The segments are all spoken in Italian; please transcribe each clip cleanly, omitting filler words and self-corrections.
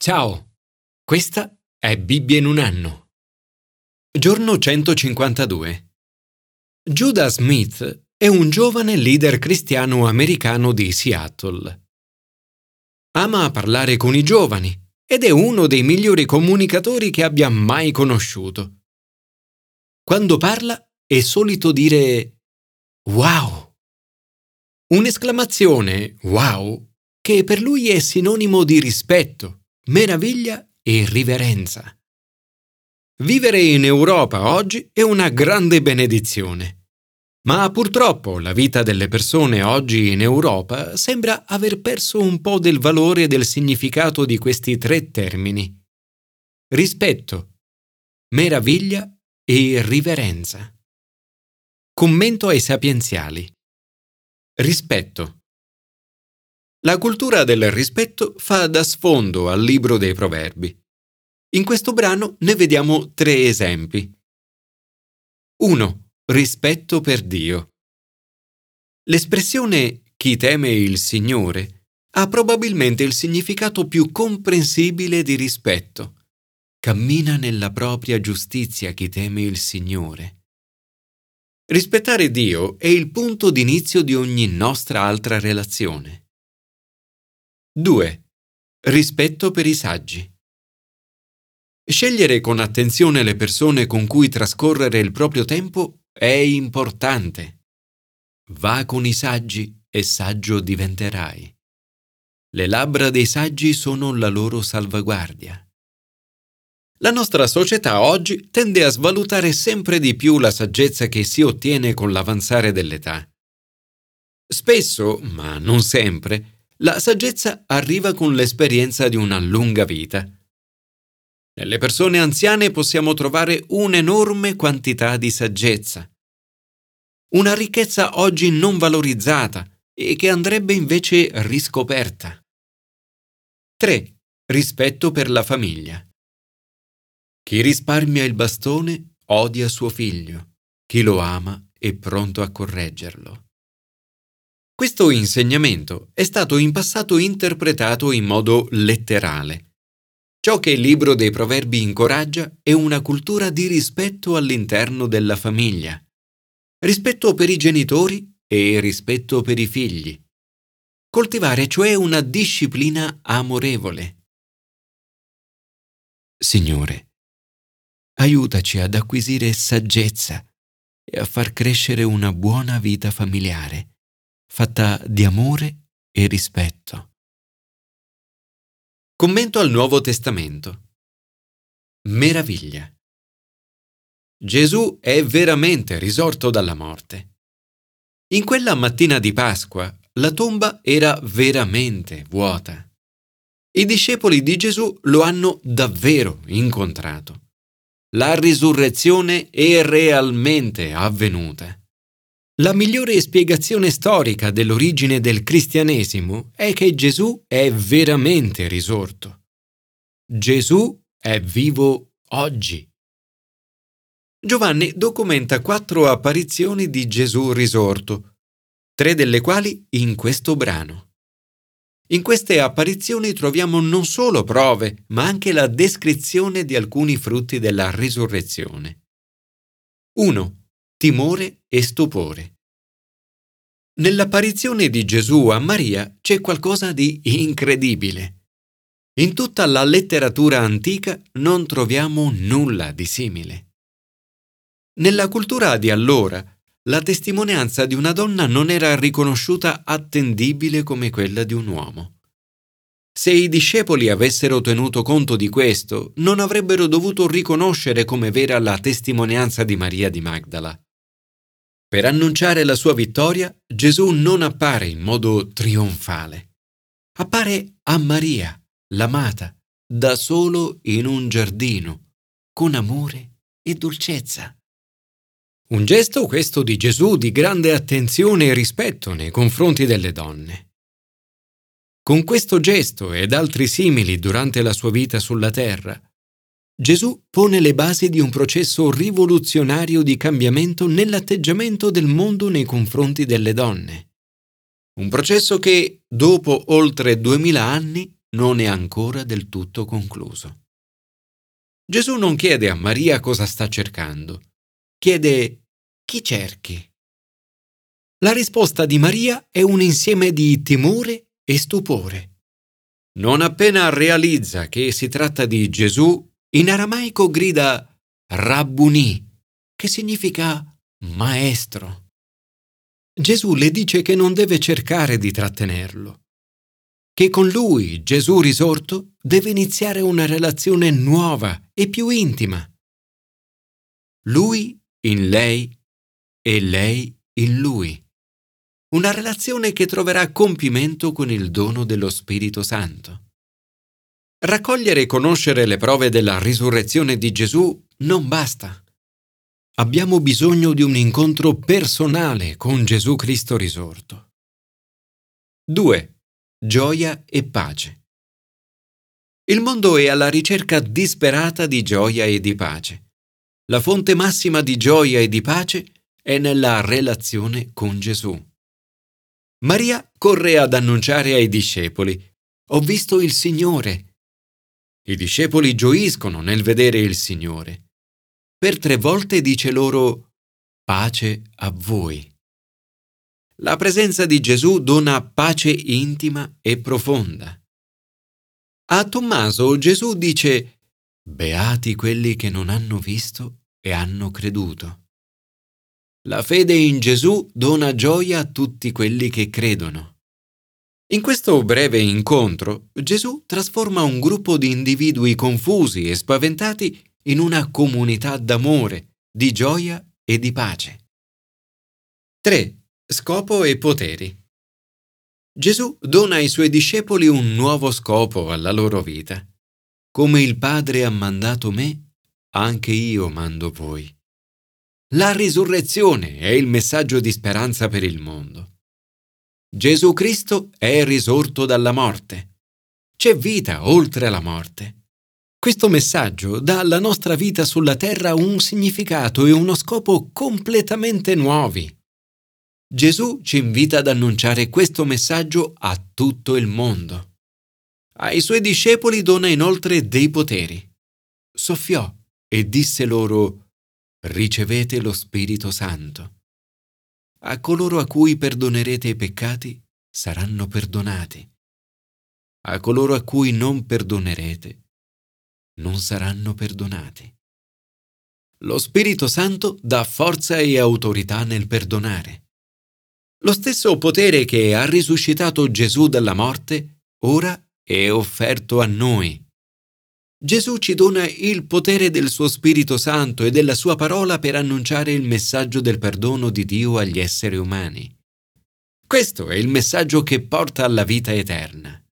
Ciao, questa è Bibbia in un anno. Giorno 152. Judah Smith è un giovane leader cristiano americano di Seattle. Ama parlare con i giovani ed è uno dei migliori comunicatori che abbia mai conosciuto. Quando parla è solito dire «Wow!», un'esclamazione «Wow!» che per lui è sinonimo di rispetto, meraviglia e riverenza. Vivere in Europa oggi è una grande benedizione, ma purtroppo la vita delle persone oggi in Europa sembra aver perso un po' del valore e del significato di questi tre termini: rispetto, meraviglia e riverenza. Commento ai sapienziali. Rispetto. La cultura del rispetto fa da sfondo al libro dei Proverbi. In questo brano ne vediamo 3 esempi. 1. Rispetto per Dio. L'espressione «chi teme il Signore» ha probabilmente il significato più comprensibile di rispetto. Cammina nella propria giustizia chi teme il Signore. Rispettare Dio è il punto d'inizio di ogni nostra altra relazione. 2. Rispetto per i saggi. Scegliere con attenzione le persone con cui trascorrere il proprio tempo è importante. Va con i saggi e saggio diventerai. Le labbra dei saggi sono la loro salvaguardia. La nostra società oggi tende a svalutare sempre di più la saggezza che si ottiene con l'avanzare dell'età. Spesso, ma non sempre, la saggezza arriva con l'esperienza di una lunga vita. Nelle persone anziane possiamo trovare un'enorme quantità di saggezza. Una ricchezza oggi non valorizzata e che andrebbe invece riscoperta. 3. Rispetto per la famiglia. Chi risparmia il bastone odia suo figlio, chi lo ama è pronto a correggerlo. Questo insegnamento è stato in passato interpretato in modo letterale. Ciò che il libro dei Proverbi incoraggia è una cultura di rispetto all'interno della famiglia. Rispetto per i genitori e rispetto per i figli. Coltivare cioè una disciplina amorevole. Signore, aiutaci ad acquisire saggezza e a far crescere una buona vita familiare, fatta di amore e rispetto. Commento al Nuovo Testamento. Meraviglia. Gesù è veramente risorto dalla morte. In quella mattina di Pasqua, la tomba era veramente vuota. I discepoli di Gesù lo hanno davvero incontrato. La risurrezione è realmente avvenuta. La migliore spiegazione storica dell'origine del cristianesimo è che Gesù è veramente risorto. Gesù è vivo oggi. Giovanni documenta 4 apparizioni di Gesù risorto, 3 delle quali in questo brano. In queste apparizioni troviamo non solo prove, ma anche la descrizione di alcuni frutti della risurrezione. 1. Timore e stupore. Nell'apparizione di Gesù a Maria c'è qualcosa di incredibile. In tutta la letteratura antica non troviamo nulla di simile. Nella cultura di allora, la testimonianza di una donna non era riconosciuta attendibile come quella di un uomo. Se i discepoli avessero tenuto conto di questo, non avrebbero dovuto riconoscere come vera la testimonianza di Maria di Magdala. Per annunciare la sua vittoria, Gesù non appare in modo trionfale. Appare a Maria, l'amata, da solo in un giardino, con amore e dolcezza. Un gesto questo di Gesù di grande attenzione e rispetto nei confronti delle donne. Con questo gesto ed altri simili durante la sua vita sulla terra, Gesù pone le basi di un processo rivoluzionario di cambiamento nell'atteggiamento del mondo nei confronti delle donne. Un processo che, dopo oltre 2000 anni, non è ancora del tutto concluso. Gesù non chiede a Maria cosa sta cercando, chiede chi cerchi. La risposta di Maria è un insieme di timore e stupore. Non appena realizza che si tratta di Gesù, in aramaico grida Rabbuni, che significa maestro. Gesù le dice che non deve cercare di trattenerlo, che con lui, Gesù risorto, deve iniziare una relazione nuova e più intima. Lui in lei e lei in lui. Una relazione che troverà compimento con il dono dello Spirito Santo. Raccogliere e conoscere le prove della risurrezione di Gesù non basta. Abbiamo bisogno di un incontro personale con Gesù Cristo risorto. 2. Gioia e pace. Il mondo è alla ricerca disperata di gioia e di pace. La fonte massima di gioia e di pace è nella relazione con Gesù. Maria corre ad annunciare ai discepoli: «Ho visto il Signore». I discepoli gioiscono nel vedere il Signore. Per 3 volte dice loro: «Pace a voi». La presenza di Gesù dona pace intima e profonda. A Tommaso Gesù dice: «Beati quelli che non hanno visto e hanno creduto». La fede in Gesù dona gioia a tutti quelli che credono. In questo breve incontro, Gesù trasforma un gruppo di individui confusi e spaventati in una comunità d'amore, di gioia e di pace. 3. Scopo e poteri. Gesù dona ai suoi discepoli un nuovo scopo alla loro vita. Come il Padre ha mandato me, anche io mando voi. La risurrezione è il messaggio di speranza per il mondo. Gesù Cristo è risorto dalla morte. C'è vita oltre la morte. Questo messaggio dà alla nostra vita sulla terra un significato e uno scopo completamente nuovi. Gesù ci invita ad annunciare questo messaggio a tutto il mondo. Ai suoi discepoli dona inoltre dei poteri. Soffiò e disse loro: «Ricevete lo Spirito Santo. A coloro a cui perdonerete i peccati saranno perdonati. A coloro a cui non perdonerete non saranno perdonati». Lo Spirito Santo dà forza e autorità nel perdonare. Lo stesso potere che ha risuscitato Gesù dalla morte ora è offerto a noi. Gesù ci dona il potere del suo Spirito Santo e della sua parola per annunciare il messaggio del perdono di Dio agli esseri umani. Questo è il messaggio che porta alla vita eterna.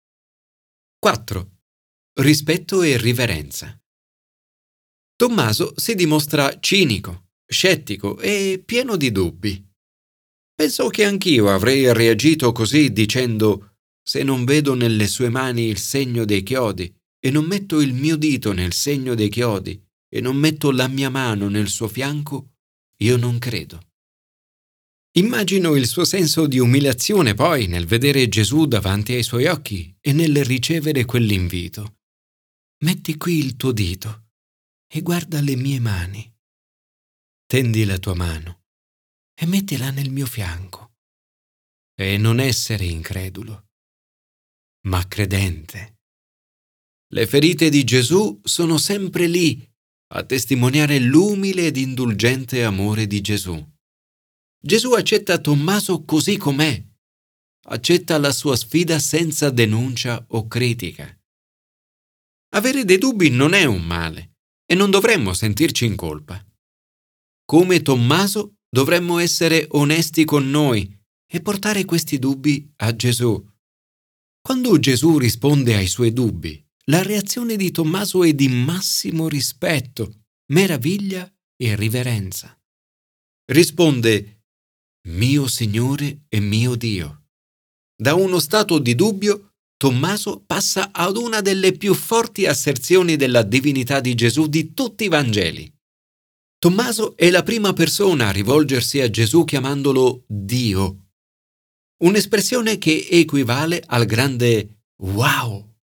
4. Rispetto e riverenza. Tommaso si dimostra cinico, scettico e pieno di dubbi. Penso che anch'io avrei reagito così dicendo: «Se non vedo nelle sue mani il segno dei chiodi, e non metto il mio dito nel segno dei chiodi, e non metto la mia mano nel suo fianco, io non credo». Immagino il suo senso di umiliazione poi nel vedere Gesù davanti ai suoi occhi e nel ricevere quell'invito. «Metti qui il tuo dito e guarda le mie mani. Tendi la tua mano e mettila nel mio fianco. E non essere incredulo, ma credente». Le ferite di Gesù sono sempre lì a testimoniare l'umile ed indulgente amore di Gesù. Gesù accetta Tommaso così com'è. Accetta la sua sfida senza denuncia o critica. Avere dei dubbi non è un male e non dovremmo sentirci in colpa. Come Tommaso dovremmo essere onesti con noi e portare questi dubbi a Gesù. Quando Gesù risponde ai suoi dubbi, la reazione di Tommaso è di massimo rispetto, meraviglia e riverenza. Risponde: «Mio Signore e mio Dio». Da uno stato di dubbio, Tommaso passa ad una delle più forti asserzioni della divinità di Gesù di tutti i Vangeli. Tommaso è la prima persona a rivolgersi a Gesù chiamandolo Dio. Un'espressione che equivale al grande wow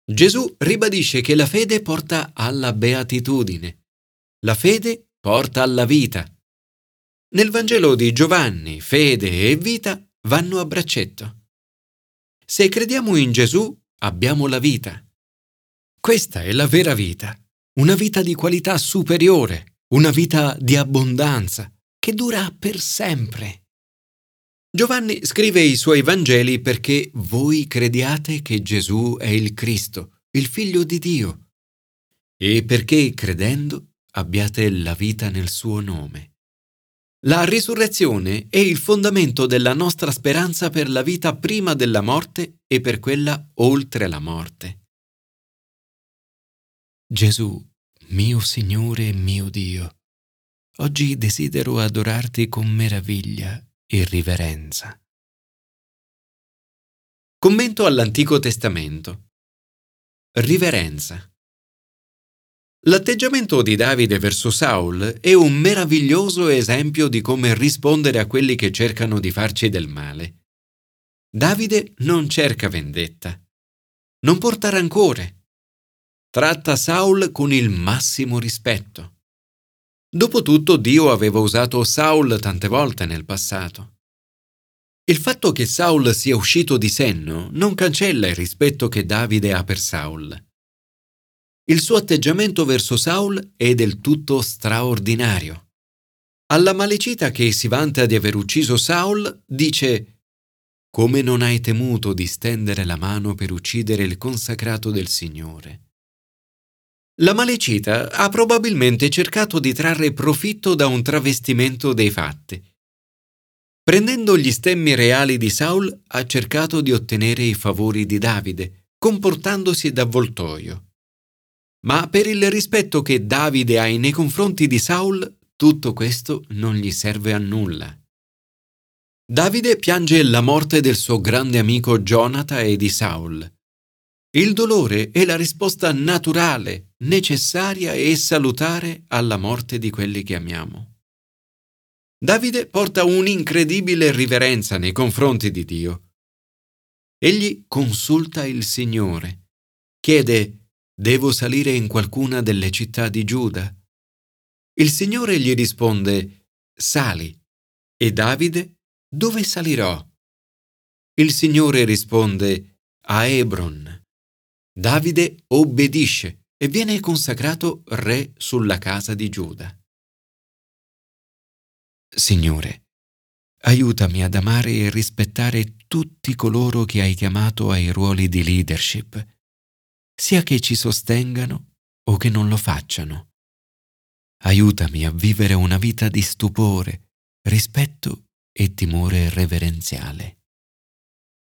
Gesù ribadisce che la fede porta alla beatitudine. La fede porta alla vita. Nel Vangelo di Giovanni, fede e vita vanno a braccetto. Se crediamo in Gesù, abbiamo la vita. Questa è la vera vita, una vita di qualità superiore, una vita di abbondanza, che dura per sempre. Giovanni scrive i suoi Vangeli perché voi crediate che Gesù è il Cristo, il Figlio di Dio, e perché, credendo, abbiate la vita nel suo nome. La risurrezione è il fondamento della nostra speranza per la vita prima della morte e per quella oltre la morte. Gesù, mio Signore e mio Dio, oggi desidero adorarti con meraviglia e riverenza. Commento all'Antico Testamento. Riverenza. L'atteggiamento di Davide verso Saul è un meraviglioso esempio di come rispondere a quelli che cercano di farci del male. Davide non cerca vendetta, non porta rancore. Tratta Saul con il massimo rispetto. Dopotutto Dio aveva usato Saul tante volte nel passato. Il fatto che Saul sia uscito di senno non cancella il rispetto che Davide ha per Saul. Il suo atteggiamento verso Saul è del tutto straordinario. Alla Malecita che si vanta di aver ucciso Saul, dice: «Come non hai temuto di stendere la mano per uccidere il consacrato del Signore?» La Malecita ha probabilmente cercato di trarre profitto da un travestimento dei fatti. Prendendo gli stemmi reali di Saul, ha cercato di ottenere i favori di Davide, comportandosi da avvoltoio. Ma per il rispetto che Davide ha nei confronti di Saul, tutto questo non gli serve a nulla. Davide piange la morte del suo grande amico Gionata e di Saul. Il dolore è la risposta naturale, necessaria e salutare alla morte di quelli che amiamo. Davide porta un'incredibile riverenza nei confronti di Dio. Egli consulta il Signore, chiede: «Devo salire in qualcuna delle città di Giuda?» Il Signore gli risponde: «Sali». E Davide: «Dove salirò?» Il Signore risponde: «A Hebron». Davide obbedisce e viene consacrato re sulla casa di Giuda. Signore, aiutami ad amare e rispettare tutti coloro che hai chiamato ai ruoli di leadership, sia che ci sostengano o che non lo facciano. Aiutami a vivere una vita di stupore, rispetto e timore reverenziale.